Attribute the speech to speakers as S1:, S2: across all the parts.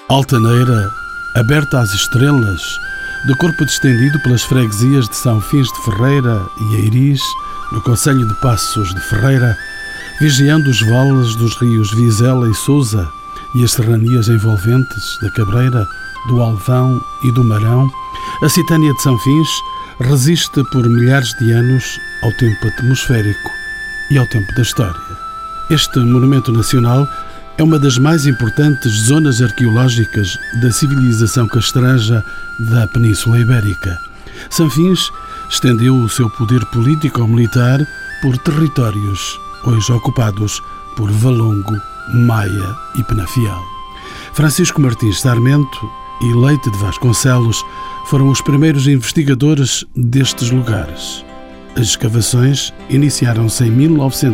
S1: Altaneira, aberta às estrelas, de corpo distendido pelas freguesias de São Fins de Ferreira e Eiris, no concelho de Passos de Ferreira, vigiando os vales dos rios Vizela e Sousa e as serranias envolventes da Cabreira, do Alvão e do Marão, a Citânia de São Fins resiste por milhares de anos ao tempo atmosférico e ao tempo da história. Este monumento nacional é uma das mais importantes zonas arqueológicas da civilização castreja da Península Ibérica. São Fins estendeu o seu poder político-militar por territórios hoje ocupados por Valongo, Maia e Penafiel. Francisco Martins Sarmento e Leite de Vasconcelos foram os primeiros investigadores destes lugares. As escavações iniciaram-se em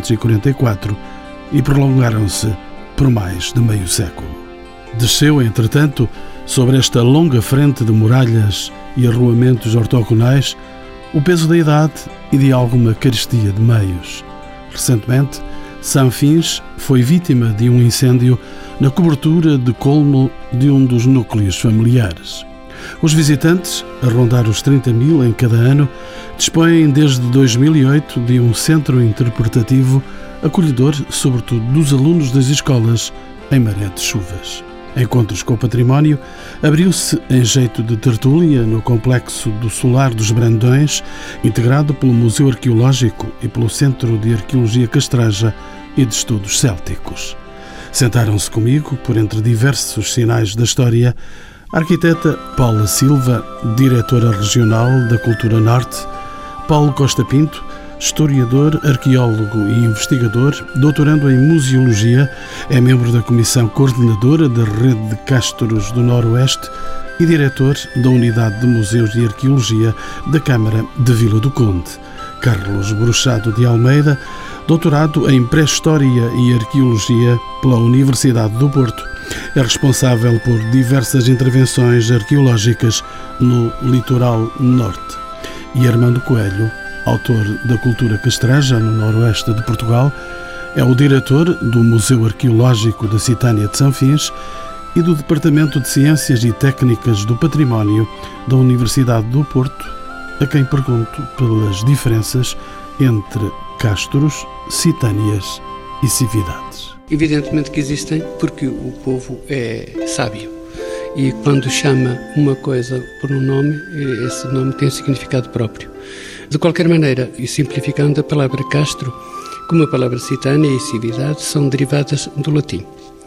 S1: 1944 e prolongaram-se por mais de meio século. Desceu, entretanto, sobre esta longa frente de muralhas e arruamentos ortogonais, o peso da idade e de alguma carestia de meios. Recentemente, São Fins foi vítima de um incêndio na cobertura de colmo de um dos núcleos familiares. Os visitantes, a rondar os 30.000 em cada ano, dispõem desde 2008 de um centro interpretativo acolhedor, sobretudo dos alunos das escolas, em maré de chuvas. Encontros com o património abriu-se em jeito de tertúlia no complexo do Solar dos Brandões, integrado pelo Museu Arqueológico e pelo Centro de Arqueologia Castreja e de Estudos Célticos. Sentaram-se comigo, por entre diversos sinais da história, a arquiteta Paula Silva, diretora regional da Cultura Norte, Paulo Costa Pinto, historiador, arqueólogo e investigador, doutorando em Museologia, é membro da Comissão Coordenadora da Rede de Castros do Noroeste e diretor da Unidade de Museus de Arqueologia da Câmara de Vila do Conde. Carlos Bruxado de Almeida, doutorado em Pré-História e Arqueologia pela Universidade do Porto, é responsável por diversas intervenções arqueológicas no litoral norte. E Armando Coelho, autor da Cultura Castreja no noroeste de Portugal, é o diretor do Museu Arqueológico da Citânia de São Fins e do Departamento de Ciências e Técnicas do Património da Universidade do Porto, a quem pergunto pelas diferenças entre castros, citânias e cividades.
S2: Evidentemente que existem, porque o povo é sábio. E quando chama uma coisa por um nome, esse nome tem um significado próprio. De qualquer maneira, e simplificando, a palavra castro, como a palavra citânia e cividade, são derivadas do latim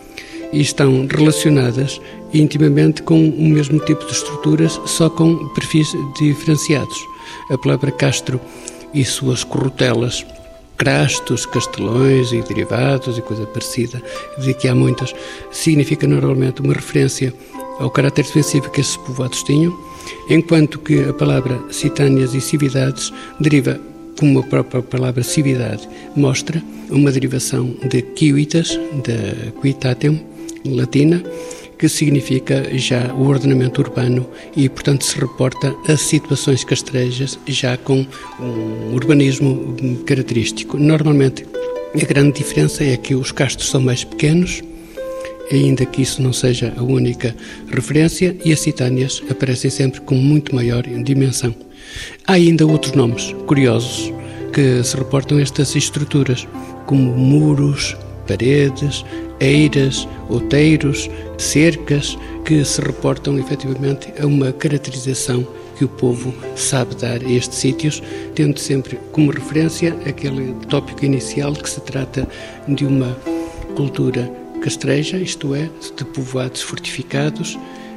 S2: e estão relacionadas intimamente com o mesmo tipo de estruturas, só com perfis diferenciados. A palavra castro e suas corrutelas, crastos, castelões e derivados e coisa parecida, de que há muitas, significa normalmente uma referência ao caráter defensivo que esses povoados tinham, enquanto que a palavra citânias e cividades deriva, como a própria palavra cividade mostra, uma derivação de civitas, da quitatem latina, que significa já o ordenamento urbano e, portanto, se reporta a situações castrejas já com um urbanismo característico. Normalmente, a grande diferença é que os castros são mais pequenos, ainda que isso não seja a única referência, e as citânias aparecem sempre com muito maior dimensão. Há ainda outros nomes curiosos que se reportam a estas estruturas, como muros, paredes, eiras, outeiros, cercas, que se reportam efetivamente a uma caracterização que o povo sabe dar a estes sítios, tendo sempre como referência aquele tópico inicial de que se trata de uma cultura castreja, isto é, de povoados fortificados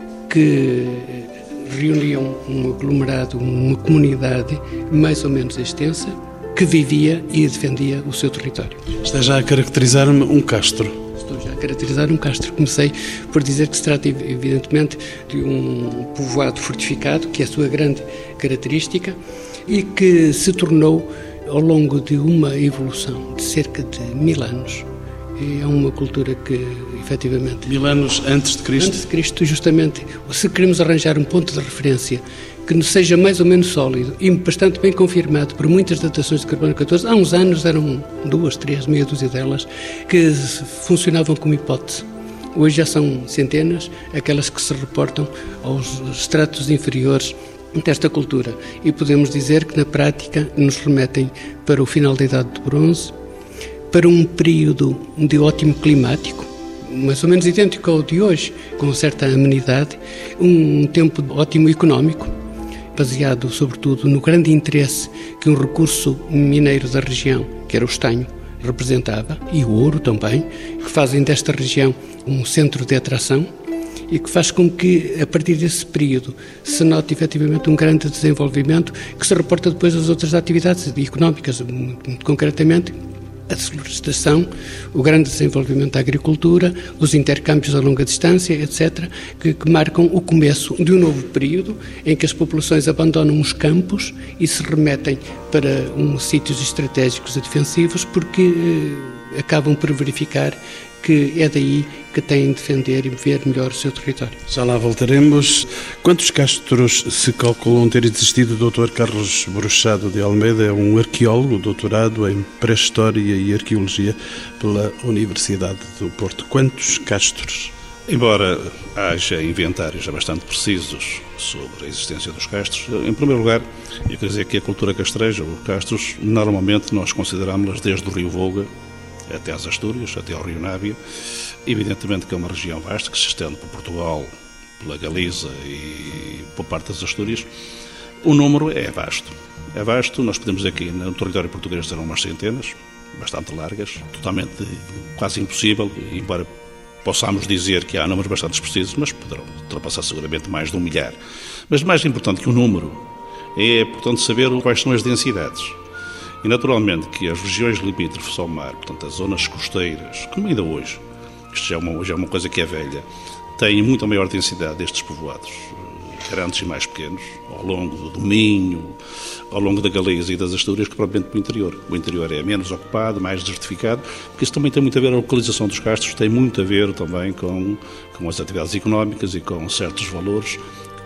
S2: que reuniam um aglomerado, uma comunidade mais ou menos extensa, que vivia e defendia o seu território.
S1: Está já a caracterizar-me um castro.
S2: Estou já a caracterizar um castro. Comecei por dizer que se trata, evidentemente, de um povoado fortificado, que é a sua grande característica, e que se tornou, ao longo de uma evolução de cerca de 1000 anos, é uma cultura que, efetivamente...
S1: 1000 anos antes de Cristo?
S2: Antes de Cristo, justamente. Se queremos arranjar um ponto de referência que nos seja mais ou menos sólido e bastante bem confirmado por muitas datações de carbono 14, há uns anos eram 2, 3, meia dúzia delas, que funcionavam como hipótese. Hoje já são centenas aquelas que se reportam aos estratos inferiores desta cultura. E podemos dizer que, na prática, nos remetem para o final da Idade de Bronze, para um período de ótimo climático, mais ou menos idêntico ao de hoje, com certa amenidade, um tempo ótimo económico, baseado sobretudo no grande interesse que um recurso mineiro da região, que era o estanho, representava, e o ouro também, que fazem desta região um centro de atração e que faz com que, a partir desse período, se note efetivamente um grande desenvolvimento que se reporta depois às outras atividades económicas, muito concretamente a desflorestação, o grande desenvolvimento da agricultura, os intercâmbios a longa distância, etc., que marcam o começo de um novo período em que as populações abandonam os campos e se remetem para sítios estratégicos e defensivos porque acabam por verificar que é daí que têm de defender e ver melhor o seu território.
S1: Já lá voltaremos. Quantos castros se calculam ter existido? O Dr. Carlos Bruxado de Almeida é um arqueólogo, doutorado em Pré-História e Arqueologia pela Universidade do Porto. Quantos castros?
S3: Embora haja inventários já bastante precisos sobre a existência dos castros, em primeiro lugar, eu quero dizer que a cultura castreja, os castros, normalmente nós consideramos-las desde o Rio Voga até às Astúrias, até ao Rio Nábia. Evidentemente que é uma região vasta, que se estende por Portugal, pela Galiza e por parte das Astúrias. O número é vasto. É vasto, nós podemos dizer que no território português serão umas centenas, bastante largas, totalmente quase impossível, embora possamos dizer que há números bastante precisos, mas poderão ultrapassar seguramente mais de 1 milhar. Mas mais importante que o número é, portanto, saber quais são as densidades. E, naturalmente, que as regiões limítrofes ao mar, portanto, as zonas costeiras, como ainda hoje, isto já é uma coisa que é velha, têm muito maior densidade destes povoados, grandes e mais pequenos, ao longo do Minho, ao longo da Galiza e das Astúrias, que propriamente no interior. O interior é menos ocupado, mais desertificado, porque isso também tem muito a ver, a localização dos castros tem muito a ver também com as atividades económicas e com certos valores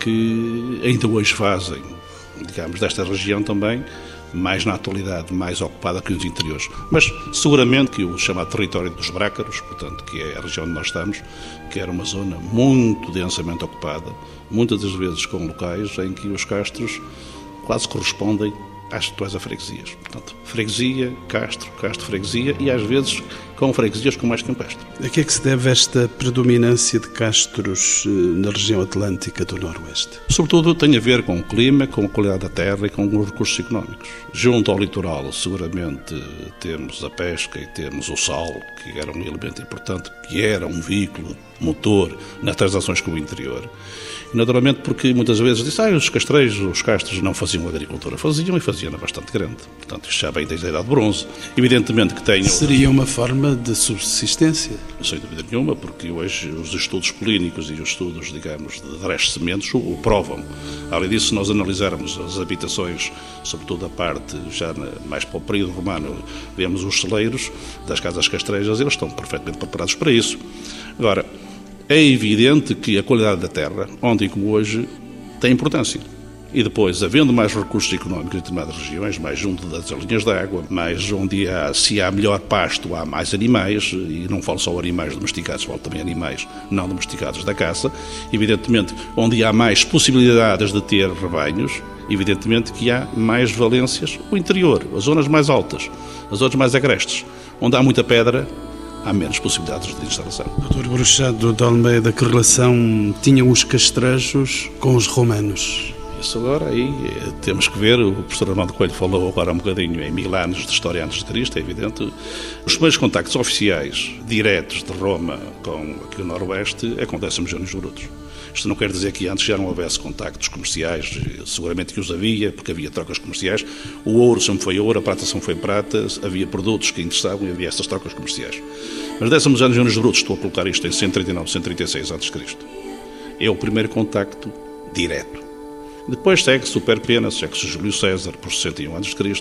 S3: que ainda hoje fazem, digamos, desta região também, mais na atualidade, mais ocupada que os interiores. Mas seguramente que o chamado território dos Brácaros, portanto, que é a região onde nós estamos, que era uma zona muito densamente ocupada, muitas das vezes com locais em que os castros quase correspondem às atuais freguesias. Portanto, freguesia, castro, freguesia e às vezes com freguesias com mais que um castro.
S1: A que é que se deve esta predominância de castros na região atlântica do Noroeste?
S3: Sobretudo tem a ver com o clima, com a qualidade da terra e com os recursos económicos. Junto ao litoral, seguramente temos a pesca e temos o sal, que era um elemento importante, que era um veículo motor nas transações com o interior. E, naturalmente, porque muitas vezes dizem os castros não faziam agricultura. Faziam e faziam-na bastante grande. Portanto, isto já vem desde a Idade de Bronze. Evidentemente que tem...
S1: Seria uma forma de subsistência?
S3: Sem dúvida nenhuma, porque hoje os estudos clínicos e os estudos, digamos, de restos o provam. Além disso, se nós analisarmos as habitações, sobretudo a parte já mais para o período romano, vemos os celeiros das casas castrejas, eles estão perfeitamente preparados para isso. Agora, é evidente que a qualidade da terra, ontem como hoje, tem importância. E depois, havendo mais recursos económicos em determinadas regiões, mais junto das linhas de água, mais onde se há melhor pasto, há mais animais, e não falo só animais domesticados, falo também animais não domesticados da caça, evidentemente, onde há mais possibilidades de ter rebanhos, evidentemente que há mais valências, o interior, as zonas mais altas, as zonas mais agrestes, onde há muita pedra, há menos possibilidades de instalação.
S1: Dr. Bruxado de Almeida, que relação tinham os castrejos com os romanos?
S3: Isso agora aí temos que ver, o professor Armando Coelho falou agora um bocadinho em 1000 anos de história antes de Cristo, é evidente. Os primeiros contactos oficiais, diretos de Roma com aqui o Noroeste, acontecem nos Jônios Brutos. Isto não quer dizer que antes já não houvesse contactos comerciais, seguramente que os havia, porque havia trocas comerciais. O ouro sempre foi ouro, a prata sempre foi prata, havia produtos que interessavam e havia essas trocas comerciais. Mas décimos anos Jônios Brutos, estou a colocar isto em 139, 136 a.C., é o primeiro contacto direto. Depois segue-se o Perpena, segue-se Júlio César, por 61 a.C.,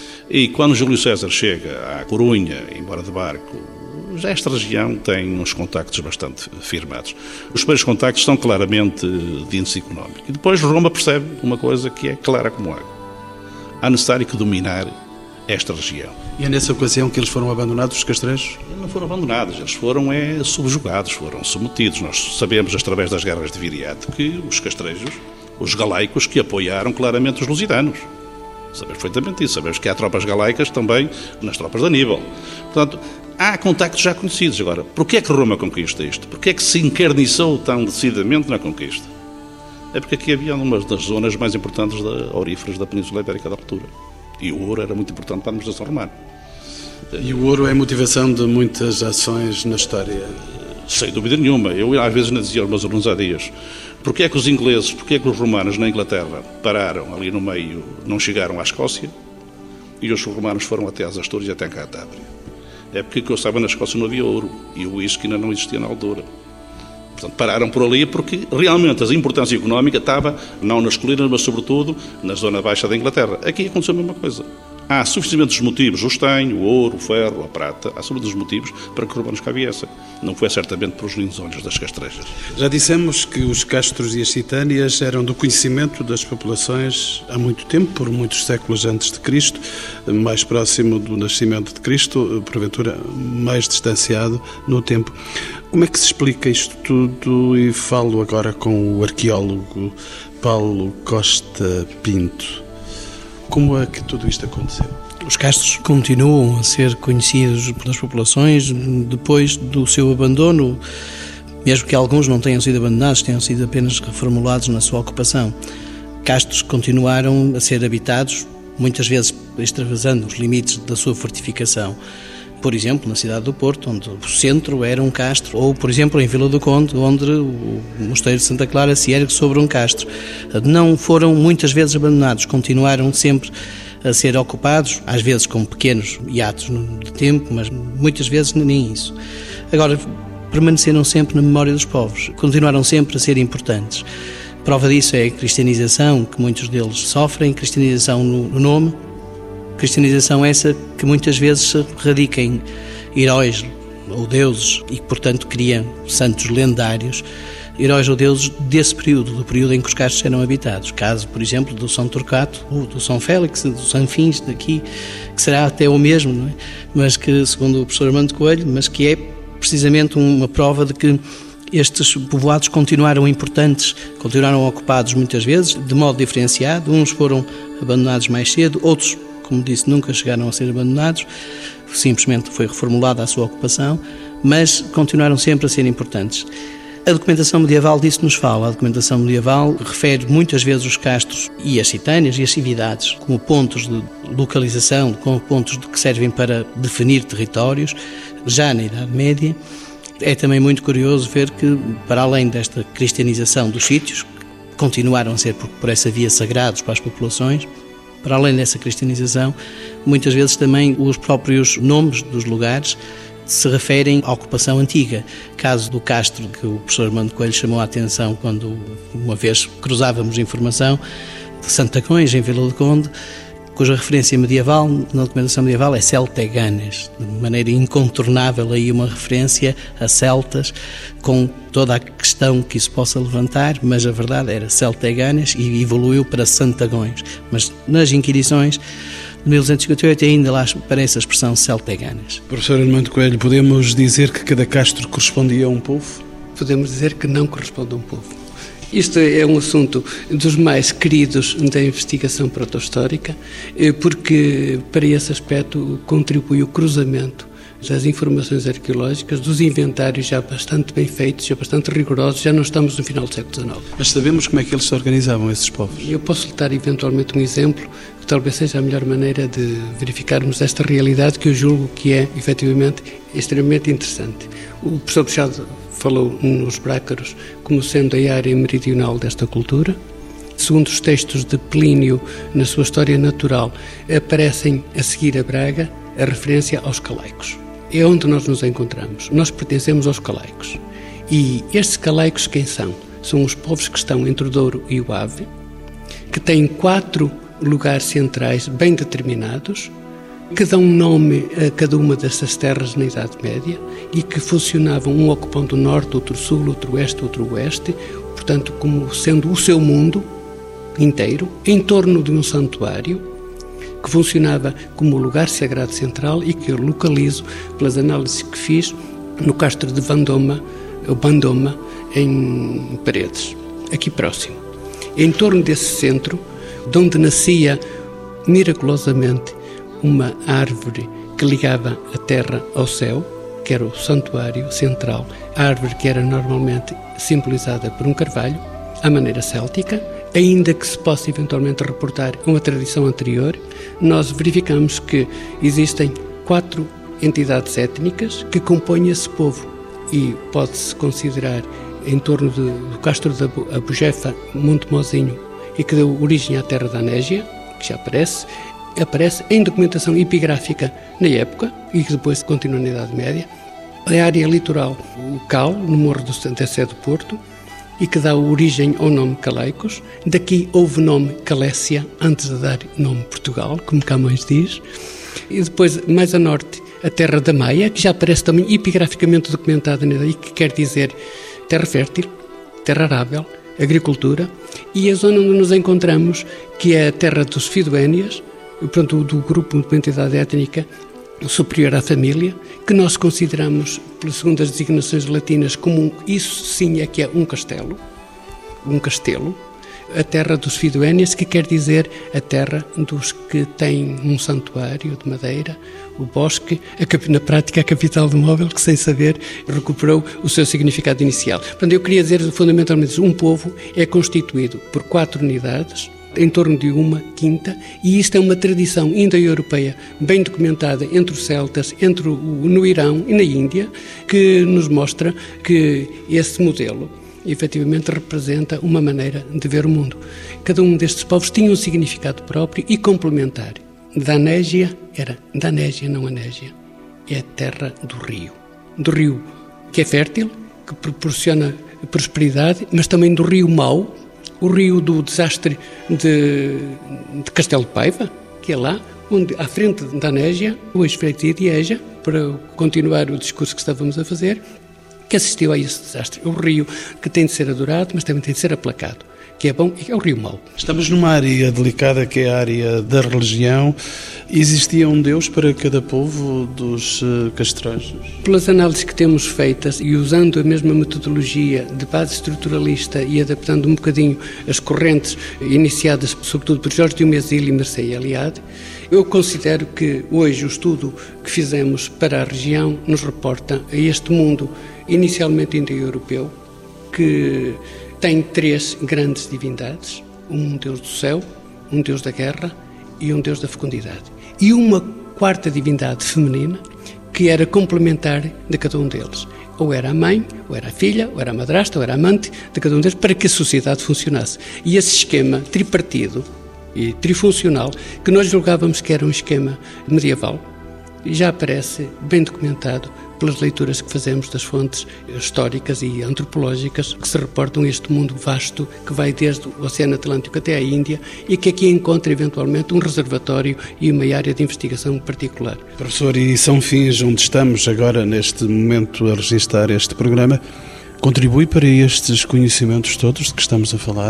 S3: e quando Júlio César chega à Corunha, embora de barco, já esta região tem uns contactos bastante firmados. Os primeiros contactos são claramente de índice económico. E depois Roma percebe uma coisa que é clara como água. Há necessário que dominar esta região.
S1: E é nessa ocasião que eles foram abandonados, os castrejos?
S3: Não foram abandonados, eles foram subjugados, foram submetidos. Nós sabemos, através das guerras de Viriato, que os castrejos, os galaicos, que apoiaram claramente os lusitanos. Sabemos perfeitamente isso. Sabemos que há tropas galaicas também nas tropas de Aníbal. Portanto, há contactos já conhecidos. Agora, porquê é que Roma conquista isto? Porquê é que se encarniçou tão decididamente na conquista? É porque aqui havia uma das zonas mais importantes auríferas da Península Ibérica da altura. E o ouro era muito importante para a administração romana.
S1: E o ouro é motivação de muitas ações na história?
S3: Sem dúvida nenhuma. Eu às vezes dizia aos meus alunos há dias, porquê é que os ingleses, porquê é que os romanos na Inglaterra pararam ali no meio, não chegaram à Escócia, e os romanos foram até às Astúrias e até a Cantábria? É porque, que eu saiba, na Escócia não havia ouro, e o uísque ainda não existia na altura. Portanto, pararam por ali porque realmente a importância económica estava não nas colinas, mas sobretudo na zona baixa da Inglaterra. Aqui aconteceu a mesma coisa. Há suficientes motivos, o estanho, o ouro, o ferro, a prata, há suficientes motivos para que os romanos cá viessem. Não foi certamente pelos lindos olhos das castrejas.
S1: Já dissemos que os castros e as citâneas eram do conhecimento das populações há muito tempo, por muitos séculos antes de Cristo, mais próximo do nascimento de Cristo, porventura mais distanciado no tempo. Como é que se explica isto tudo? E falo agora com o arqueólogo Paulo Costa Pinto. Como é que tudo isto aconteceu?
S2: Os castros continuam a ser conhecidos pelas populações depois do seu abandono, mesmo que alguns não tenham sido abandonados, tenham sido apenas reformulados na sua ocupação. Castros continuaram a ser habitados, muitas vezes extravasando os limites da sua fortificação. Por exemplo, na cidade do Porto, onde o centro era um castro, ou, por exemplo, em Vila do Conde, onde o mosteiro de Santa Clara se ergue sobre um castro. Não foram muitas vezes abandonados, continuaram sempre a ser ocupados, às vezes com pequenos hiatos de tempo, mas muitas vezes nem isso. Agora, permaneceram sempre na memória dos povos, continuaram sempre a ser importantes. Prova disso é a cristianização, que muitos deles sofrem, cristianização no nome, cristianização essa que muitas vezes radica em heróis ou deuses e que, portanto, cria santos lendários, heróis ou deuses desse período, do período em que os castros eram habitados. Caso, por exemplo, do São Torquato, ou do São Félix, do São Fins daqui, que será até o mesmo, não é? Mas que, segundo o professor Armando Coelho, mas que é precisamente uma prova de que estes povoados continuaram importantes, continuaram ocupados muitas vezes, de modo diferenciado. Uns foram abandonados mais cedo, outros, como disse, nunca chegaram a ser abandonados, simplesmente foi reformulada a sua ocupação, mas continuaram sempre a ser importantes. A documentação medieval disso nos fala. A documentação medieval refere muitas vezes os castros e as citâneas e as cividades como pontos de localização, como pontos que servem para definir territórios, já na Idade Média. É também muito curioso ver que, para além desta cristianização dos sítios, que continuaram a ser por essa via sagrados para as populações, para além dessa cristianização, muitas vezes também os próprios nomes dos lugares se referem à ocupação antiga. Caso do castro que o professor Armando Coelho chamou a atenção quando uma vez cruzávamos informação, de Santacões, em Vila do Conde, cuja referência medieval, na documentação medieval, é Celteganes, de maneira incontornável aí uma referência a celtas, com toda a questão que isso possa levantar, mas a verdade era Celteganes e evoluiu para Santagões. Mas nas inquirições de 1258 ainda lá aparece a expressão Celteganes.
S1: Professor Armando Coelho, podemos dizer que cada castro correspondia a um povo?
S2: Podemos dizer que não corresponde a um povo. Isto é um assunto dos mais queridos da investigação protohistórica, porque para esse aspecto contribui o cruzamento das informações arqueológicas, dos inventários já bastante bem feitos, já bastante rigorosos, já não estamos no final do século XIX.
S1: Mas sabemos como é que eles se organizavam, esses povos?
S2: Eu posso lhe dar eventualmente um exemplo que talvez seja a melhor maneira de verificarmos esta realidade, que eu julgo que é, efetivamente, extremamente interessante. O professor Puxado falou nos Brácaros como sendo a área meridional desta cultura. Segundo os textos de Plínio, na sua História Natural, aparecem a seguir a Braga a referência aos calaicos. É onde nós nos encontramos. Nós pertencemos aos calaicos. E estes calaicos quem são? São os povos que estão entre o Douro e o Ave, que têm 4 lugares centrais bem determinados, que dão nome a cada uma dessas terras na Idade Média e que funcionavam um ocupando o norte, outro sul, outro oeste, outro oeste, portanto como sendo o seu mundo inteiro, em torno de um santuário, que funcionava como lugar sagrado central e que eu localizo pelas análises que fiz no castro de Bandoma, em Paredes, aqui próximo. Em torno desse centro, de onde nascia miraculosamente uma árvore que ligava a terra ao céu, que era o santuário central, a árvore que era normalmente simbolizada por um carvalho, à maneira céltica, ainda que se possa eventualmente reportar uma tradição anterior, nós verificamos que existem 4 entidades étnicas que compõem esse povo e pode-se considerar em torno do castro da Abujefa, Monte Mozinho, e que deu origem à terra da Anésia, que já aparece em documentação epigráfica na época e que depois continua na Idade Média, a área litoral, o Cal, no Morro da Sé do Porto, e que dá origem ao nome Calaicos. Daqui houve nome Calécia, antes de dar nome Portugal, como Camões diz. E depois, mais a norte, a terra da Maia, que já aparece também epigraficamente documentada e que quer dizer terra fértil, terra arável, agricultura. E a zona onde nos encontramos, que é a terra dos Fidoénias, portanto, do grupo de uma entidade étnica superior à família, que nós consideramos, segundo as designações latinas, como isso sim é que é um castelo, a terra dos Fidoénias, que quer dizer a terra dos que têm um santuário de madeira, o bosque, na prática a capital do móvel, que sem saber recuperou o seu significado inicial. Portanto, eu queria dizer fundamentalmente um povo é constituído por 4 unidades, em torno de uma quinta, e isto é uma tradição indo-europeia bem documentada entre os celtas, no Irão e na Índia, que nos mostra que esse modelo efetivamente representa uma maneira de ver o mundo. Cada um destes povos tinha um significado próprio e complementar. Danésia era Danésia, não Anésia, é a terra do rio que é fértil, que proporciona prosperidade, mas também do rio mau, o rio do desastre de Castelo de Paiva, que é lá, onde, à frente da Anésia, hoje freguesia de Eja, para continuar o discurso que estávamos a fazer, que assistiu a esse desastre. O rio que tem de ser adorado, mas também tem de ser aplacado, que é bom, é o rio mau.
S1: Estamos numa área delicada, que é a área da religião. Existia um Deus para cada povo dos castrejos?
S2: Pelas análises que temos feitas e usando a mesma metodologia de base estruturalista e adaptando um bocadinho as correntes iniciadas sobretudo por Jorge Diomesile e Mircea Eliade, eu considero que hoje o estudo que fizemos para a região nos reporta a este mundo inicialmente indo-europeu, que tem 3 grandes divindades, um Deus do céu, um Deus da guerra e um Deus da fecundidade. E uma 4ª divindade feminina que era complementar de cada um deles. Ou era a mãe, ou era a filha, ou era a madrasta, ou era a amante de cada um deles, para que a sociedade funcionasse. E esse esquema tripartido e trifuncional, que nós julgávamos que era um esquema medieval, já aparece bem documentado pelas leituras que fazemos das fontes históricas e antropológicas que se reportam a este mundo vasto que vai desde o Oceano Atlântico até a Índia e que aqui encontra eventualmente um reservatório e uma área de investigação particular.
S1: Professor, e São Fins, onde estamos agora neste momento a registrar este programa, contribui para estes conhecimentos todos de que estamos a falar?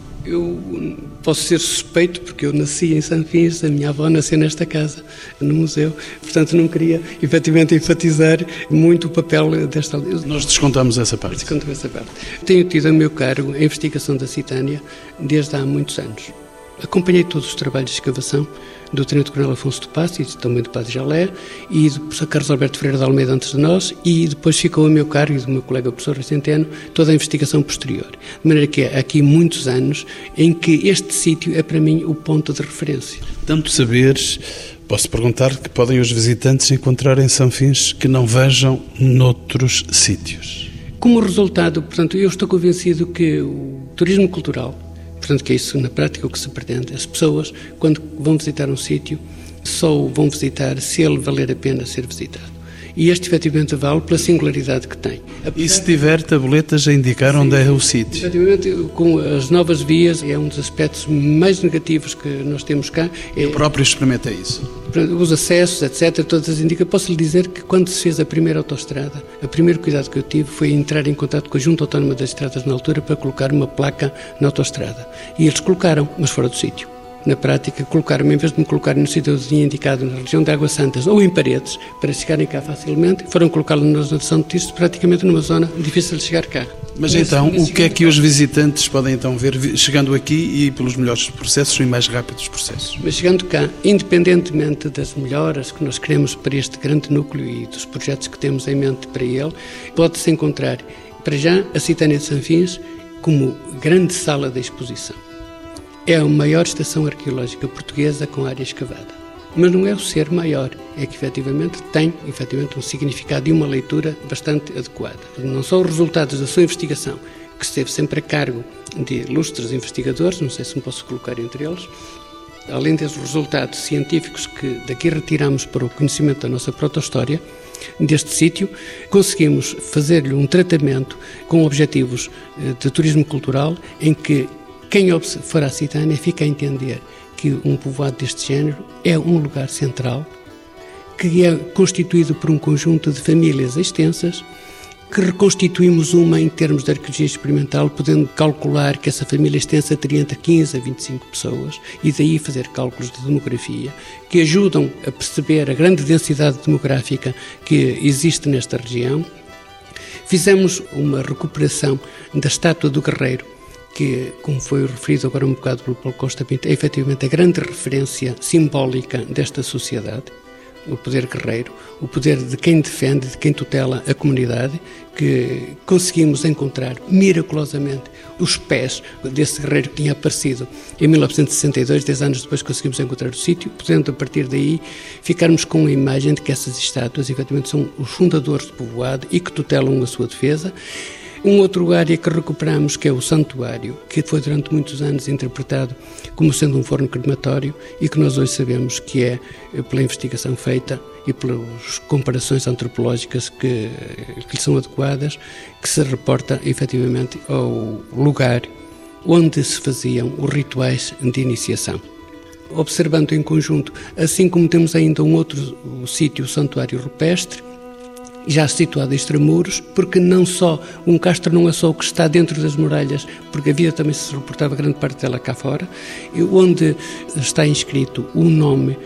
S2: Eu posso ser suspeito porque eu nasci em São Fins, a minha avó nasceu nesta casa, no museu, portanto não queria efetivamente enfatizar muito o papel desta...
S1: Nós descontamos essa parte.
S2: Descontamos essa parte. Tenho tido a meu cargo a investigação da Citânia desde há muitos anos. Acompanhei todos os trabalhos de escavação do Tenente Coronel Afonso de Passo e também do Padre Jalé e do professor Carlos Alberto Ferreira de Almeida antes de nós, e depois ficou a meu cargo e do meu colega o professor Rui Centeno toda a investigação posterior. De maneira que há aqui muitos anos em que este sítio é para mim o ponto de referência.
S1: Tanto saberes, posso perguntar que podem os visitantes encontrar em São Fins que não vejam noutros sítios?
S2: Como resultado, portanto, eu estou convencido que o turismo cultural, portanto, que é isso na prática o que se pretende. As pessoas, quando vão visitar um sítio, só o vão visitar se ele valer a pena ser visitado. E este, efetivamente, vale pela singularidade que tem.
S1: E se tiver tabuletas a indicar onde é o sítio?
S2: Efetivamente, com as novas vias, é um dos aspectos mais negativos que nós temos cá.
S1: Eu próprio experimentei isso.
S2: Os acessos, etc., todas as indicações. Posso lhe dizer que quando se fez a primeira autoestrada, o primeiro cuidado que eu tive foi entrar em contato com a Junta Autónoma das Estradas na altura para colocar uma placa na autoestrada. E eles colocaram, mas fora do sítio. na prática, colocaram-me, em vez de me colocarem no sítio que eu tinha indicado, na região de Águas Santas ou em Paredes, para chegarem cá facilmente, foram colocá-lo na zona de São Tirso, praticamente numa zona difícil de chegar cá.
S1: Mas então, o que é que os visitantes podem então ver chegando aqui e pelos melhores processos e mais rápidos processos?
S2: Mas chegando cá, independentemente das melhoras que nós queremos para este grande núcleo e dos projetos que temos em mente para ele, pode-se encontrar, para já, a Citânia de Sanfins como grande sala de exposição. É a maior estação arqueológica portuguesa com área escavada. Mas não é o ser maior, é que efetivamente tem um significado e uma leitura bastante adequada. Não são os resultados da sua investigação, que esteve sempre a cargo de ilustres investigadores, não sei se me posso colocar entre eles, além desses resultados científicos que daqui retiramos para o conhecimento da nossa proto-história, deste sítio, conseguimos fazer-lhe um tratamento com objetivos de turismo cultural, em que quem for à Citânia fica a entender que um povoado deste género é um lugar central, que é constituído por um conjunto de famílias extensas, que reconstituímos uma em termos de arqueologia experimental, podendo calcular que essa família extensa teria entre 15 a 25 pessoas e daí fazer cálculos de demografia que ajudam a perceber a grande densidade demográfica que existe nesta região. Fizemos uma recuperação da estátua do guerreiro, que, como foi referido agora um bocado pelo Paulo Costa Pinto, é efetivamente a grande referência simbólica desta sociedade, o poder guerreiro, o poder de quem defende, de quem tutela a comunidade, que conseguimos encontrar miraculosamente os pés desse guerreiro que tinha aparecido em 1962, 10 anos depois conseguimos encontrar o sítio, podendo a partir daí ficarmos com a imagem de que essas estátuas efetivamente são os fundadores do povoado e que tutelam a sua defesa. Um outro área que recuperamos, que é o santuário, que foi durante muitos anos interpretado como sendo um forno crematório e que nós hoje sabemos que é, pela investigação feita e pelas comparações antropológicas que lhe são adequadas, que se reporta efetivamente ao lugar onde se faziam os rituais de iniciação. Observando em conjunto, assim como temos ainda um outro sítio, o Santuário Rupestre, já situado em extramuros, porque não só, um castro não é só o que está dentro das muralhas, porque a vida também se reportava grande parte dela cá fora, onde está inscrito o nome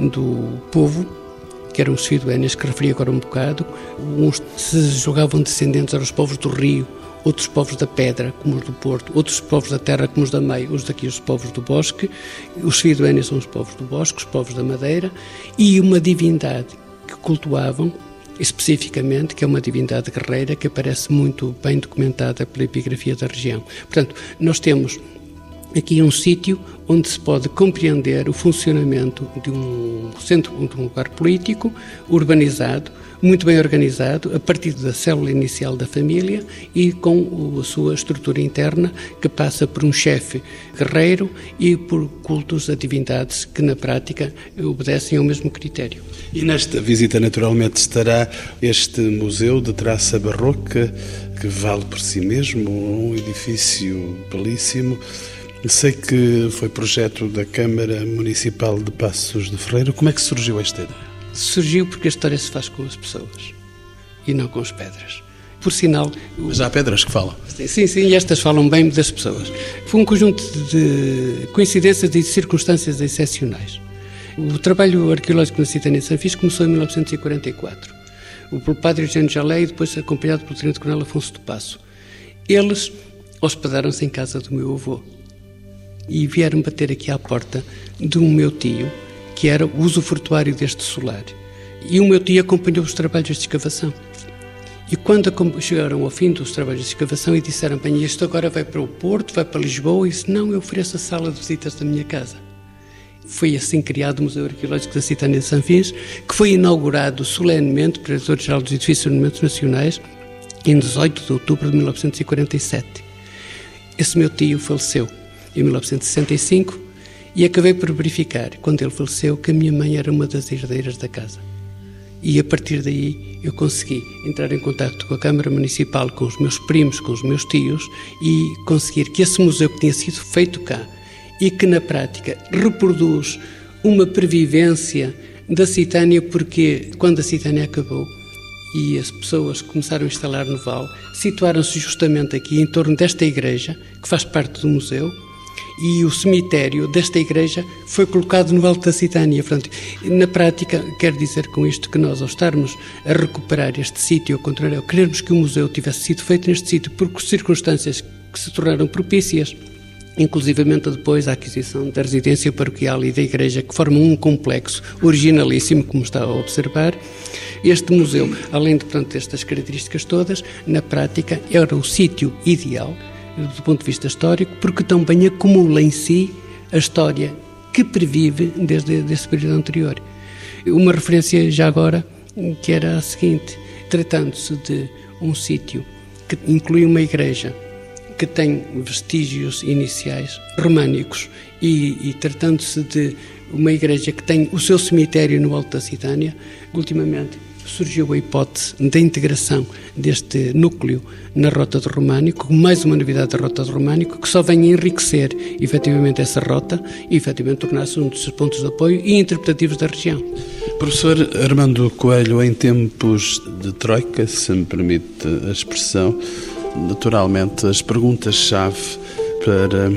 S2: do povo, que eram os Fidoénias, que referi agora um bocado. Uns se julgavam descendentes aos povos do Rio, outros povos da Pedra, como os do Porto, outros povos da Terra, como os da Meia, os daqui os povos do Bosque. Os Fidoénias são os povos do Bosque, os povos da Madeira, e uma divindade que cultuavam, especificamente, que é uma divindade guerreira que aparece muito bem documentada pela epigrafia da região. Portanto, nós temos aqui um sítio onde se pode compreender o funcionamento de um centro, de um lugar político, urbanizado, muito bem organizado, a partir da célula inicial da família e com a sua estrutura interna, que passa por um chefe guerreiro e por cultos a divindades que, na prática, obedecem ao mesmo critério.
S1: E nesta visita, naturalmente, estará este museu de traça barroca, que vale por si mesmo, um edifício belíssimo. Sei que foi projeto da Câmara Municipal de Passos de Ferreira. Como é que surgiu esta ideia?
S2: Surgiu porque a história se faz com as pessoas e não com as pedras. Por sinal...
S1: Mas há pedras que falam.
S2: Sim, e estas falam bem das pessoas. Foi um conjunto de coincidências e de circunstâncias excepcionais. O trabalho arqueológico na Citânia de Sanfins começou em 1944. Pelo padre Eugênio Jalé e depois acompanhado pelo tenente-coronel Afonso de Passo. Eles hospedaram-se em casa do meu avô e vieram bater aqui à porta de um meu tio, que era o usufrutuário deste solar. E o meu tio acompanhou os trabalhos de escavação. E quando chegaram ao fim dos trabalhos de escavação e disseram, bem, isto agora vai para o Porto, vai para Lisboa, e disse, não, eu ofereço a sala de visitas da minha casa. Foi assim criado o Museu Arqueológico da Citânia de Sanfins, que foi inaugurado solenemente pelo Diretor-Geral dos Edifícios e Monumentos Nacionais em 18 de outubro de 1947. Esse meu tio faleceu em 1965, e acabei por verificar, quando ele faleceu, que a minha mãe era uma das herdeiras da casa. E a partir daí eu consegui entrar em contacto com a Câmara Municipal, com os meus primos, com os meus tios, e conseguir que esse museu que tinha sido feito cá e que na prática reproduz uma pervivência da Citânia, porque quando a Citânia acabou e as pessoas começaram a instalar no vale, situaram-se justamente aqui em torno desta igreja, que faz parte do museu, e o cemitério desta igreja foi colocado no Alto da Citânia. Portanto, na prática, quer dizer com isto que nós, ao estarmos a recuperar este sítio, ao contrário, ao querermos que o museu tivesse sido feito neste sítio por circunstâncias que se tornaram propícias, inclusivamente depois a aquisição da residência paroquial e da igreja, que formam um complexo originalíssimo, como está a observar. Este museu, além de, portanto, destas características todas, na prática era o sítio ideal do ponto de vista histórico, porque também acumula em si a história que pervive desde esse período anterior. Uma referência já agora, que era a seguinte: tratando-se de um sítio que inclui uma igreja, que tem vestígios iniciais românicos e tratando-se de uma igreja que tem o seu cemitério no Alto da Citânia, ultimamente surgiu a hipótese da integração deste núcleo na Rota do Românico, com mais uma novidade da Rota do Românico, que só vem a enriquecer efetivamente essa rota e efetivamente tornar-se um dos pontos de apoio e interpretativos da região.
S1: Professor Armando Coelho, em tempos de troika, se me permite a expressão, naturalmente as perguntas-chave para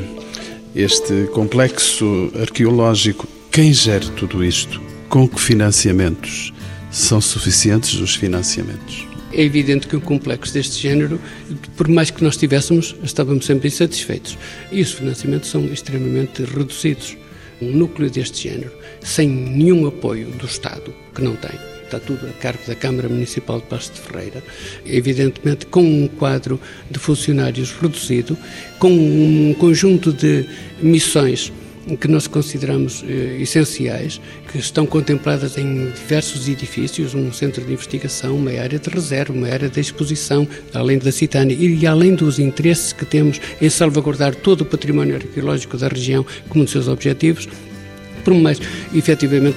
S1: este complexo arqueológico: quem gera tudo isto? Com que financiamentos? São suficientes os financiamentos?
S2: É evidente que um complexo deste género, por mais que nós tivéssemos, estávamos sempre insatisfeitos. E os financiamentos são extremamente reduzidos. Um núcleo deste género, sem nenhum apoio do Estado, que não tem, está tudo a cargo da Câmara Municipal de Paços de Ferreira, evidentemente com um quadro de funcionários reduzido, com um conjunto de missões que nós consideramos essenciais, que estão contempladas em diversos edifícios, um centro de investigação, uma área de reserva, uma área de exposição, além da Citânia, e além dos interesses que temos em salvaguardar todo o património arqueológico da região como um dos seus objetivos. Por mais, efetivamente,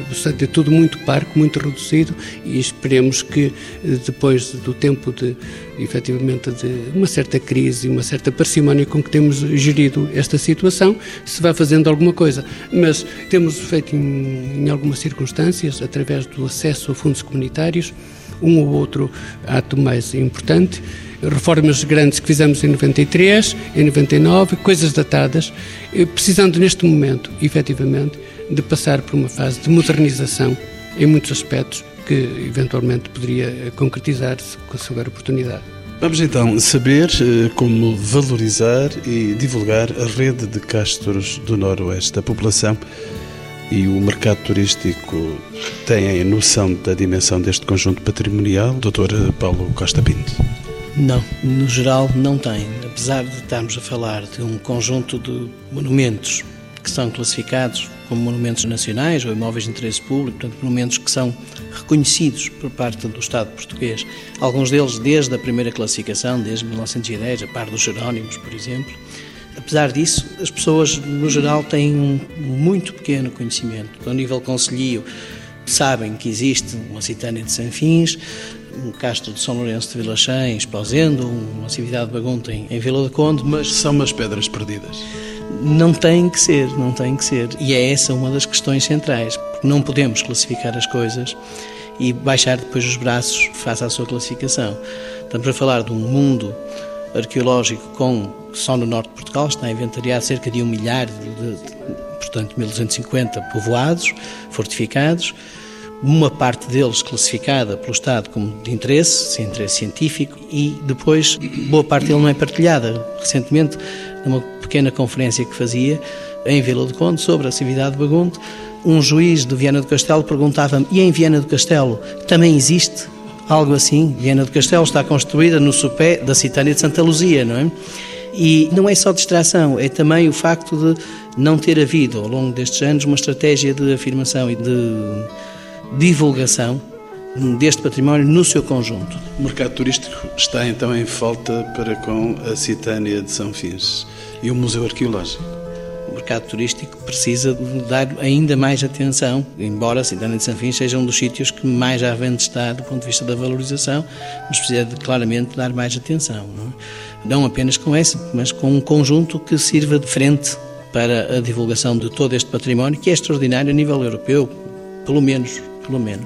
S2: é tudo muito parco, muito reduzido, e esperemos que depois do tempo de, efetivamente, de uma certa crise, uma certa parcimónia com que temos gerido esta situação, se vá fazendo alguma coisa. Mas temos feito em algumas circunstâncias, através do acesso a fundos comunitários, um ou outro ato mais importante, reformas grandes que fizemos em 93, em 99, coisas datadas, precisando neste momento, efetivamente, de passar por uma fase de modernização em muitos aspectos que eventualmente poderia concretizar-se com a sua oportunidade.
S1: Vamos então saber como valorizar e divulgar a rede de castros do Noroeste. A população e o mercado turístico têm noção da dimensão deste conjunto patrimonial? Dr. Paulo Costa Pinto.
S4: Não, no geral não tem. Apesar de estarmos a falar de um conjunto de monumentos que são classificados como monumentos nacionais ou imóveis de interesse público, portanto, monumentos que são reconhecidos por parte do Estado português, alguns deles desde a primeira classificação, desde 1910, a par dos Jerónimos, por exemplo. Apesar disso, as pessoas, no geral, têm um muito pequeno conhecimento. Ao nível concelhio, sabem que existe uma Citânia de Sanfins, um castro de São Lourenço de Vilachã, em Esposendo, uma atividade de Bagunta em Vila do Conde, mas
S1: são umas pedras perdidas.
S4: Não tem que ser. E é essa uma das questões centrais, porque não podemos classificar as coisas e baixar depois os braços face à sua classificação. Estamos a falar de um mundo arqueológico só no norte de Portugal está inventariado cerca de 1 milhar portanto 1250 povoados, fortificados, uma parte deles classificada pelo Estado como de interesse científico, e depois boa parte dele não é partilhada. Recentemente, numa pequena conferência que fazia em Vila do Conde sobre a atividade de Bagunte, um juiz de Viana do Castelo perguntava-me: e em Viana do Castelo também existe algo assim? Viana do Castelo está construída no sopé da Citânia de Santa Luzia, não é? E não é só distração, é também o facto de não ter havido, ao longo destes anos, uma estratégia de afirmação e de divulgação deste património no seu conjunto.
S1: O mercado turístico está então em falta para com a Citânia de Sanfins e o Museu Arqueológico.
S4: O mercado turístico precisa de dar ainda mais atenção, embora a Citânia de Sanfins seja um dos sítios que mais à venda está do ponto de vista da valorização, mas precisa de claramente dar mais atenção. Não apenas com essa, mas com um conjunto que sirva de frente para a divulgação de todo este património, que é extraordinário a nível europeu, pelo menos.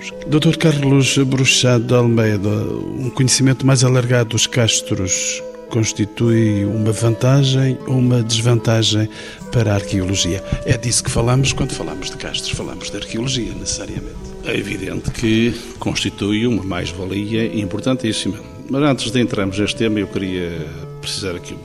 S1: Dr. Carlos Bruxado de Almeida, um conhecimento mais alargado dos castros constitui uma vantagem ou uma desvantagem para a arqueologia? É disso que falamos quando falamos de castros, falamos de arqueologia, necessariamente.
S3: É evidente que constitui uma mais-valia importantíssima. Mas antes de entrarmos neste tema, eu queria precisar aqui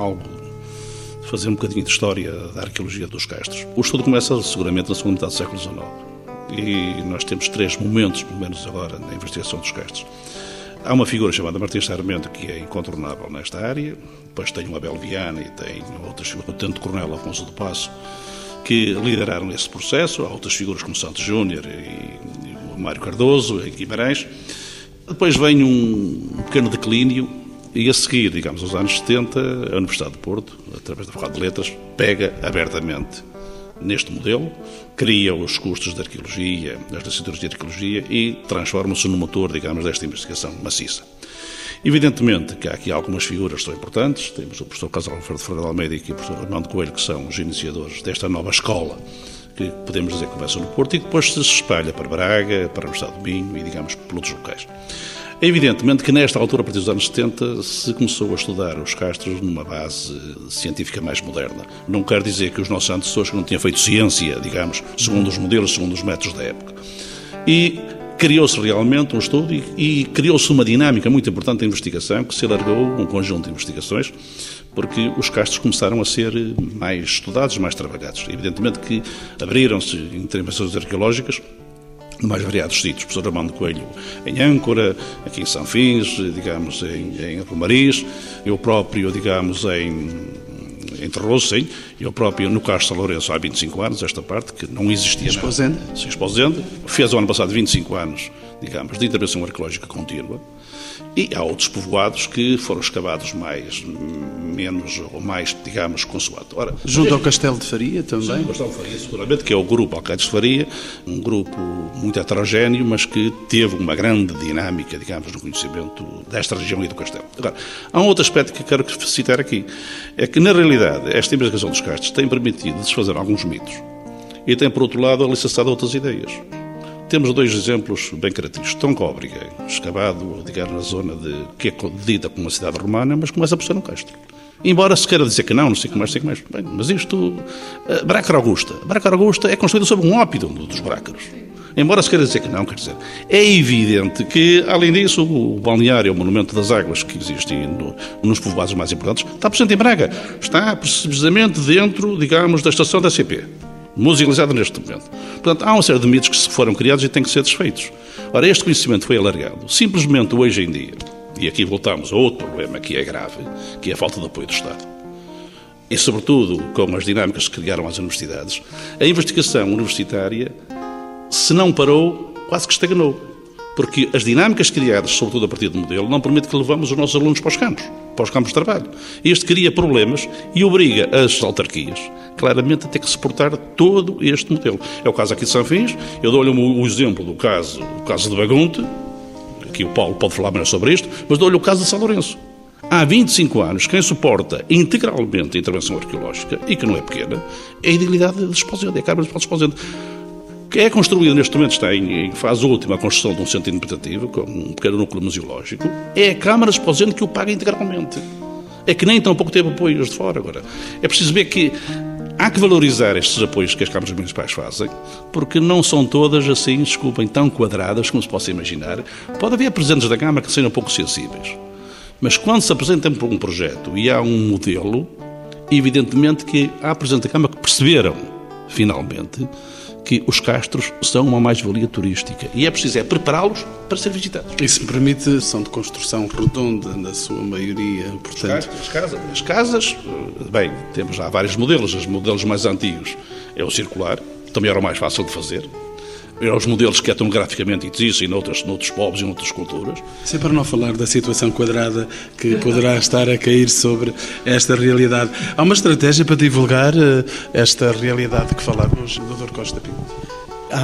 S3: fazer um bocadinho de história da arqueologia dos castros. O estudo começa seguramente na segunda metade do século XIX. E nós temos 3 momentos, pelo menos agora, na investigação dos castros. Há uma figura chamada Martins Sarmento que é incontornável nesta área, depois tem o Abel Viana e tem outras figuras, o Tenente-Coronel Afonso do Passo, que lideraram esse processo. Há outras figuras como Santos Júnior e o Mário Cardoso, em Guimarães. Depois vem um pequeno declínio e a seguir, digamos, aos anos 70, a Universidade de Porto, através da Faculdade de Letras, pega abertamente neste modelo, cria os cursos de arqueologia, as licenciaturas de arqueologia e transforma-se no motor, digamos, desta investigação maciça. Evidentemente que há aqui algumas figuras que são importantes. Temos o professor Casal Ferreira de Almeida e o professor Armando Coelho, que são os iniciadores desta nova escola, que podemos dizer que começa no Porto e que depois se espalha para Braga, para a Universidade do Minho e, digamos, por outros locais. É evidentemente que nesta altura, a partir dos anos 70, se começou a estudar os castros numa base científica mais moderna. Não quer dizer que os nossos antecessores não tinham feito ciência, digamos, segundo os modelos, segundo os métodos da época. E criou-se realmente um estudo e criou-se uma dinâmica muito importante de investigação, que se alargou um conjunto de investigações, porque os castros começaram a ser mais estudados, mais trabalhados. Evidentemente que abriram-se intervenções arqueológicas de mais variados sítios. O professor Armando Coelho em Âncora, aqui em São Fins, digamos, em Romariz, eu próprio, digamos, em Terroso, sim, eu próprio no Castro São Lourenço há 25 anos, esta parte, que não existia nada. Exposende. Fez o ano passado 25 anos, digamos, de intervenção arqueológica contínua. E há outros povoados que foram escavados menos ou mais, digamos, consoante. Ora,
S1: junto ao Castelo de Faria também?
S3: Sim, o Castelo de Faria, seguramente, que é o grupo Alcaide de Faria, um grupo muito heterogéneo, mas que teve uma grande dinâmica, digamos, no conhecimento desta região e do Castelo. Agora, há um outro aspecto que quero citar aqui, é que, na realidade, esta investigação dos castros tem permitido desfazer alguns mitos e tem, por outro lado, alicerçado outras ideias. Temos 2 exemplos bem característicos. Tóncóbrega, escavado, digamos, na zona que é dita como uma cidade romana, mas começa por ser um castro. Embora se queira dizer que não sei o que mais. Bem, mas isto... Brácara Augusta é construída sobre um ópide dos brácaros. Embora se queira dizer que não, quer dizer, é evidente que, além disso, o balneário, o Monumento das Águas, que existe nos povoados mais importantes, está presente em Braga. Está precisamente dentro, digamos, da estação da CP. Musealizada neste momento. Portanto, há uma série de mitos que foram criados e têm que ser desfeitos. Ora, este conhecimento foi alargado. Simplesmente hoje em dia, e aqui voltamos a outro problema que é grave, que é a falta de apoio do Estado. E, sobretudo, com as dinâmicas que criaram as universidades, a investigação universitária, se não parou, quase que estagnou. Porque as dinâmicas criadas, sobretudo a partir do modelo, não permitem que levamos os nossos alunos para os campos de trabalho. Isto cria problemas e obriga as autarquias, claramente, a ter que suportar todo este modelo. É o caso aqui de São Fins. Eu dou-lhe o exemplo do caso de Bagunte, aqui o Paulo pode falar melhor sobre isto, mas dou-lhe o caso de São Lourenço. Há 25 anos, quem suporta integralmente a intervenção arqueológica, e que não é pequena, é a Idilidade de Esposende, é a Câmara de Esposende, que é construída neste momento, está em fase última a construção de um centro interpretativo, com um pequeno núcleo museológico. É a Câmara de Esposende que o paga integralmente. É que nem tão pouco teve apoios de fora agora. É preciso ver que há que valorizar estes apoios que as câmaras municipais fazem, porque não são todas assim, desculpem, tão quadradas como se possa imaginar. Pode haver presidentes da Câmara que sejam um pouco sensíveis. Mas quando se apresentam por um projeto e há um modelo, evidentemente que há presidentes da Câmara que perceberam, finalmente, que os castros são uma mais-valia turística e é preciso prepará-los para ser visitados.
S1: E se me permite, são de construção redonda, na sua maioria, portanto...
S3: As casas, bem, temos há vários modelos. Os modelos mais antigos é o circular, também era o mais fácil de fazer. É os modelos que etnograficamente existem noutros povos e noutras culturas.
S1: Isso é para não falar da situação quadrada que poderá estar a cair sobre esta realidade. Há uma estratégia para divulgar esta realidade que falávamos, Dr. Costa Pinto?
S4: Há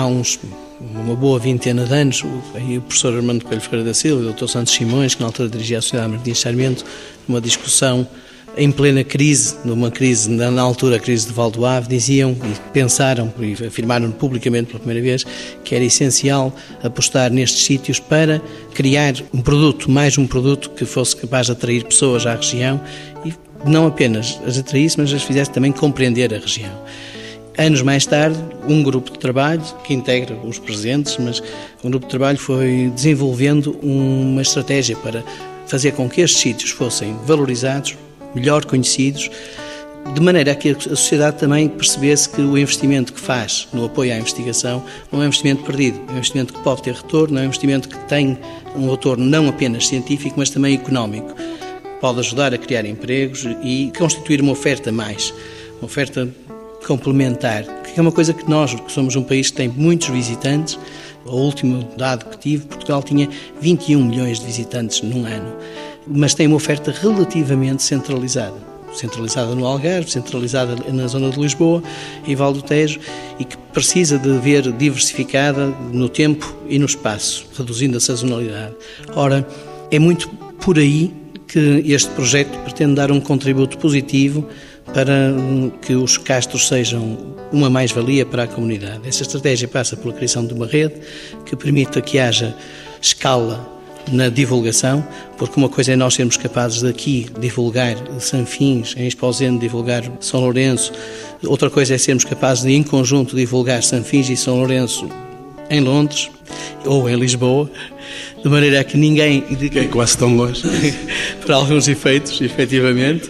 S4: uma boa vintena de anos, o professor Armando Coelho Ferreira da Silva e o Dr. Santos Simões, que na altura dirigia a Sociedade Martins Sarmento, numa discussão em plena crise, na altura a crise de Valdoave, diziam e pensaram e afirmaram publicamente pela primeira vez que era essencial apostar nestes sítios para criar mais um produto que fosse capaz de atrair pessoas à região e não apenas as atraísse, mas as fizesse também compreender a região. Anos mais tarde, um grupo de trabalho, que integra os presentes, mas um grupo de trabalho foi desenvolvendo uma estratégia para fazer com que estes sítios fossem valorizados, melhor conhecidos, de maneira a que a sociedade também percebesse que o investimento que faz no apoio à investigação não é um investimento perdido, é um investimento que pode ter retorno, é um investimento que tem um retorno não apenas científico, mas também económico. Pode ajudar a criar empregos e constituir uma oferta complementar, que é uma coisa que nós, que somos um país que tem muitos visitantes, o último dado que tive, Portugal tinha 21 milhões de visitantes num ano, mas tem uma oferta relativamente centralizada no Algarve, centralizada na zona de Lisboa e Val do Tejo, e que precisa de ver diversificada no tempo e no espaço, reduzindo a sazonalidade. Ora, é muito por aí que este projeto pretende dar um contributo positivo para que os castros sejam uma mais-valia para a comunidade. Essa estratégia passa pela criação de uma rede que permita que haja escala na divulgação, porque uma coisa é nós sermos capazes de aqui divulgar Sanfins, em Esposende divulgar São Lourenço, outra coisa é sermos capazes de em conjunto divulgar Sanfins e São Lourenço em Londres ou em Lisboa, de maneira a que ninguém...
S1: É quase tão longe.
S4: Para alguns efeitos, efetivamente.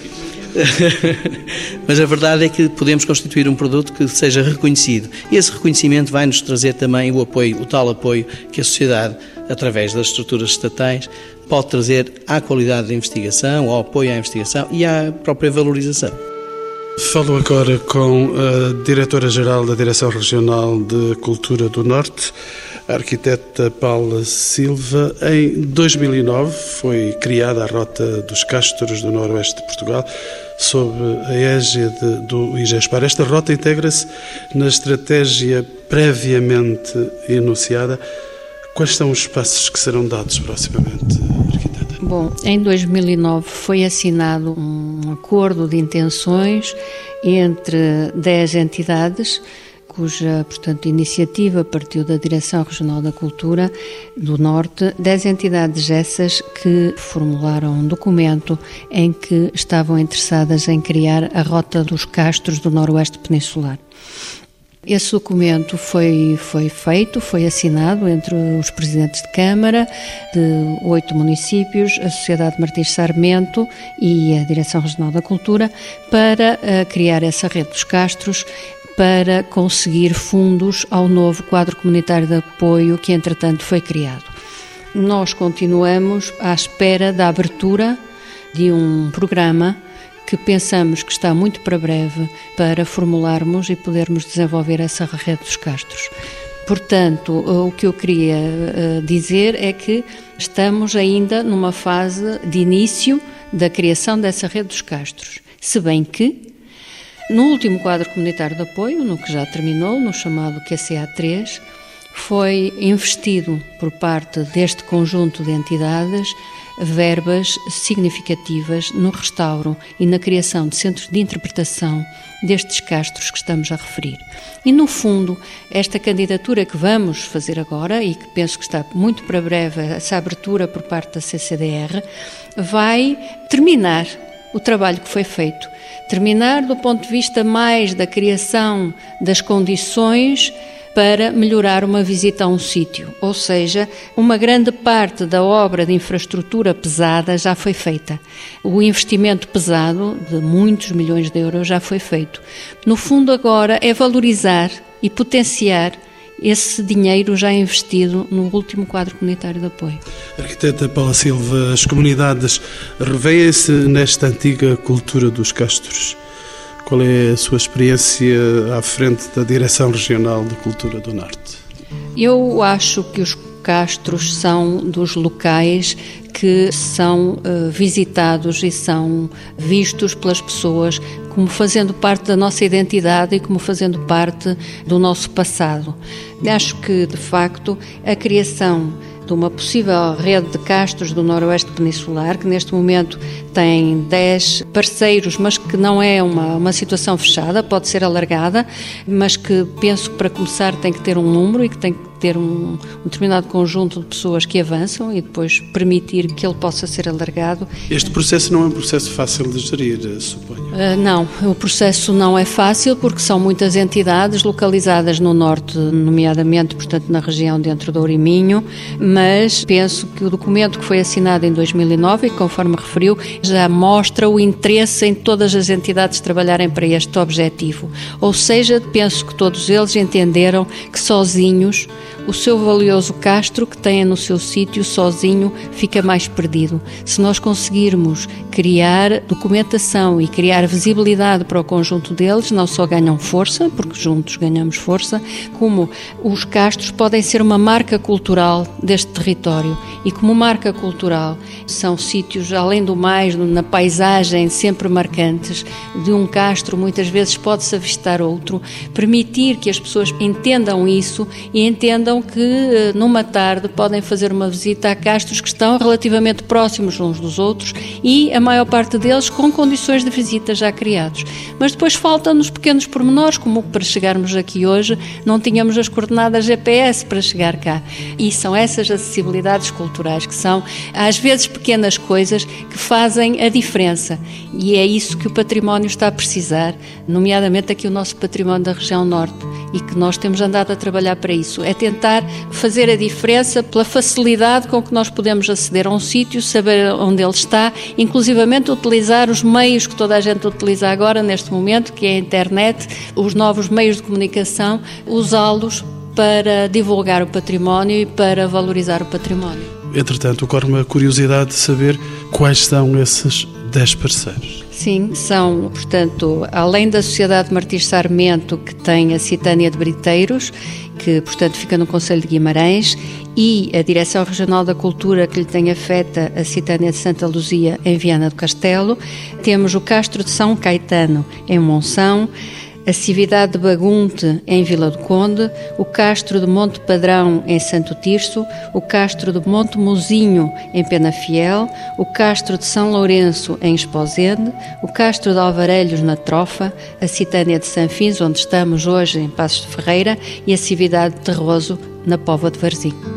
S4: Mas a verdade é que podemos constituir um produto que seja reconhecido. E esse reconhecimento vai nos trazer também o tal apoio que a sociedade, através das estruturas estatais, pode trazer à qualidade da investigação, ao apoio à investigação e à própria valorização.
S1: Falo agora com a Diretora-Geral da Direção Regional de Cultura do Norte, a arquiteta Paula Silva. Em 2009 foi criada a Rota dos Castros do Noroeste de Portugal, sob a égide do IGESPAR. Esta rota integra-se na estratégia previamente enunciada. Quais são os passos que serão dados proximamente, arquiteta?
S5: Bom, em 2009 foi assinado um acordo de intenções entre 10 entidades, cuja, portanto, iniciativa partiu da Direção Regional da Cultura do Norte, 10 entidades essas que formularam um documento em que estavam interessadas em criar a Rota dos Castros do Noroeste Peninsular. Esse documento foi assinado entre os presidentes de Câmara de 8 municípios, a Sociedade Martins Sarmento e a Direção Regional da Cultura para criar essa rede dos castros, para conseguir fundos ao novo quadro comunitário de apoio que, entretanto, foi criado. Nós continuamos à espera da abertura de um programa que pensamos que está muito para breve para formularmos e podermos desenvolver essa rede dos castros. Portanto, o que eu queria dizer é que estamos ainda numa fase de início da criação dessa rede dos castros, se bem que no último quadro comunitário de apoio, no que já terminou, no chamado QCA3, foi investido por parte deste conjunto de entidades verbas significativas no restauro e na criação de centros de interpretação destes castros que estamos a referir. E, no fundo, esta candidatura que vamos fazer agora, e que penso que está muito para breve, essa abertura por parte da CCDR, vai terminar o trabalho que foi feito. Terminar do ponto de vista mais da criação das condições para melhorar uma visita a um sítio, ou seja, uma grande parte da obra de infraestrutura pesada já foi feita. O investimento pesado de muitos milhões de euros já foi feito. No fundo, agora é valorizar e potenciar esse dinheiro já investido no último quadro comunitário de apoio.
S1: Arquiteta Paula Silva, as comunidades revêem-se nesta antiga cultura dos castros. Qual é a sua experiência à frente da Direção Regional de Cultura do Norte?
S5: Eu acho que os castros são dos locais que são visitados e são vistos pelas pessoas como fazendo parte da nossa identidade e como fazendo parte do nosso passado. Acho que, de facto, a criação de uma possível rede de castros do Noroeste Peninsular, que neste momento tem 10 parceiros, mas que não é uma situação fechada, pode ser alargada, mas que penso que para começar tem que ter um número e que tem que ter um determinado conjunto de pessoas que avançam e depois permitir que ele possa ser alargado.
S1: Este processo não é um processo fácil de gerir, suponho?
S5: Não, o processo não é fácil porque são muitas entidades localizadas no norte, nomeadamente, portanto, na região dentro do Douro e Minho, mas penso que o documento que foi assinado em 2009 e conforme referiu, já mostra o interesse em todas as entidades trabalharem para este objetivo. Ou seja, penso que todos eles entenderam que sozinhos o seu valioso castro que têm no seu sítio sozinho fica mais perdido. Se nós conseguirmos criar documentação e criar visibilidade para o conjunto deles, não só ganham força, porque juntos ganhamos força, como os castros podem ser uma marca cultural deste território. E como marca cultural são sítios, além do mais, na paisagem sempre marcantes, de um castro muitas vezes pode-se avistar outro, permitir que as pessoas entendam isso e entendam que numa tarde podem fazer uma visita a castros que estão relativamente próximos uns dos outros e a maior parte deles com condições de visita já criados. Mas depois faltam-nos pequenos pormenores, como para chegarmos aqui hoje não tínhamos as coordenadas GPS para chegar cá. E são essas acessibilidades culturais que são, às vezes, pequenas coisas que fazem a diferença. E é isso que o património está a precisar, nomeadamente aqui o nosso património da região norte, e que nós temos andado a trabalhar para isso. É tentar fazer a diferença pela facilidade com que nós podemos aceder a um sítio, saber onde ele está, inclusivamente utilizar os meios que toda a gente utiliza agora, neste momento, que é a internet, os novos meios de comunicação, usá-los para divulgar o património e para valorizar o património.
S1: Entretanto, ocorre-me a curiosidade de saber quais são esses 10 parceiros.
S5: Sim, são, portanto, além da Sociedade Martins Sarmento, que tem a Citânia de Briteiros, que, portanto, fica no Concelho de Guimarães, e a Direção Regional da Cultura, que lhe tem afeta a Citânia de Santa Luzia, em Viana do Castelo, temos o Castro de São Caetano, em Monção, a Cividade de Bagunte, em Vila do Conde, o Castro de Monte Padrão, em Santo Tirso, o Castro de Monte Mozinho, em Penafiel, o Castro de São Lourenço, em Esposende, o Castro de Alvarelhos, na Trofa, a Citânia de Sanfins, onde estamos hoje, em Passos de Ferreira, e a Cividade de Terroso, na Póvoa de Varzim.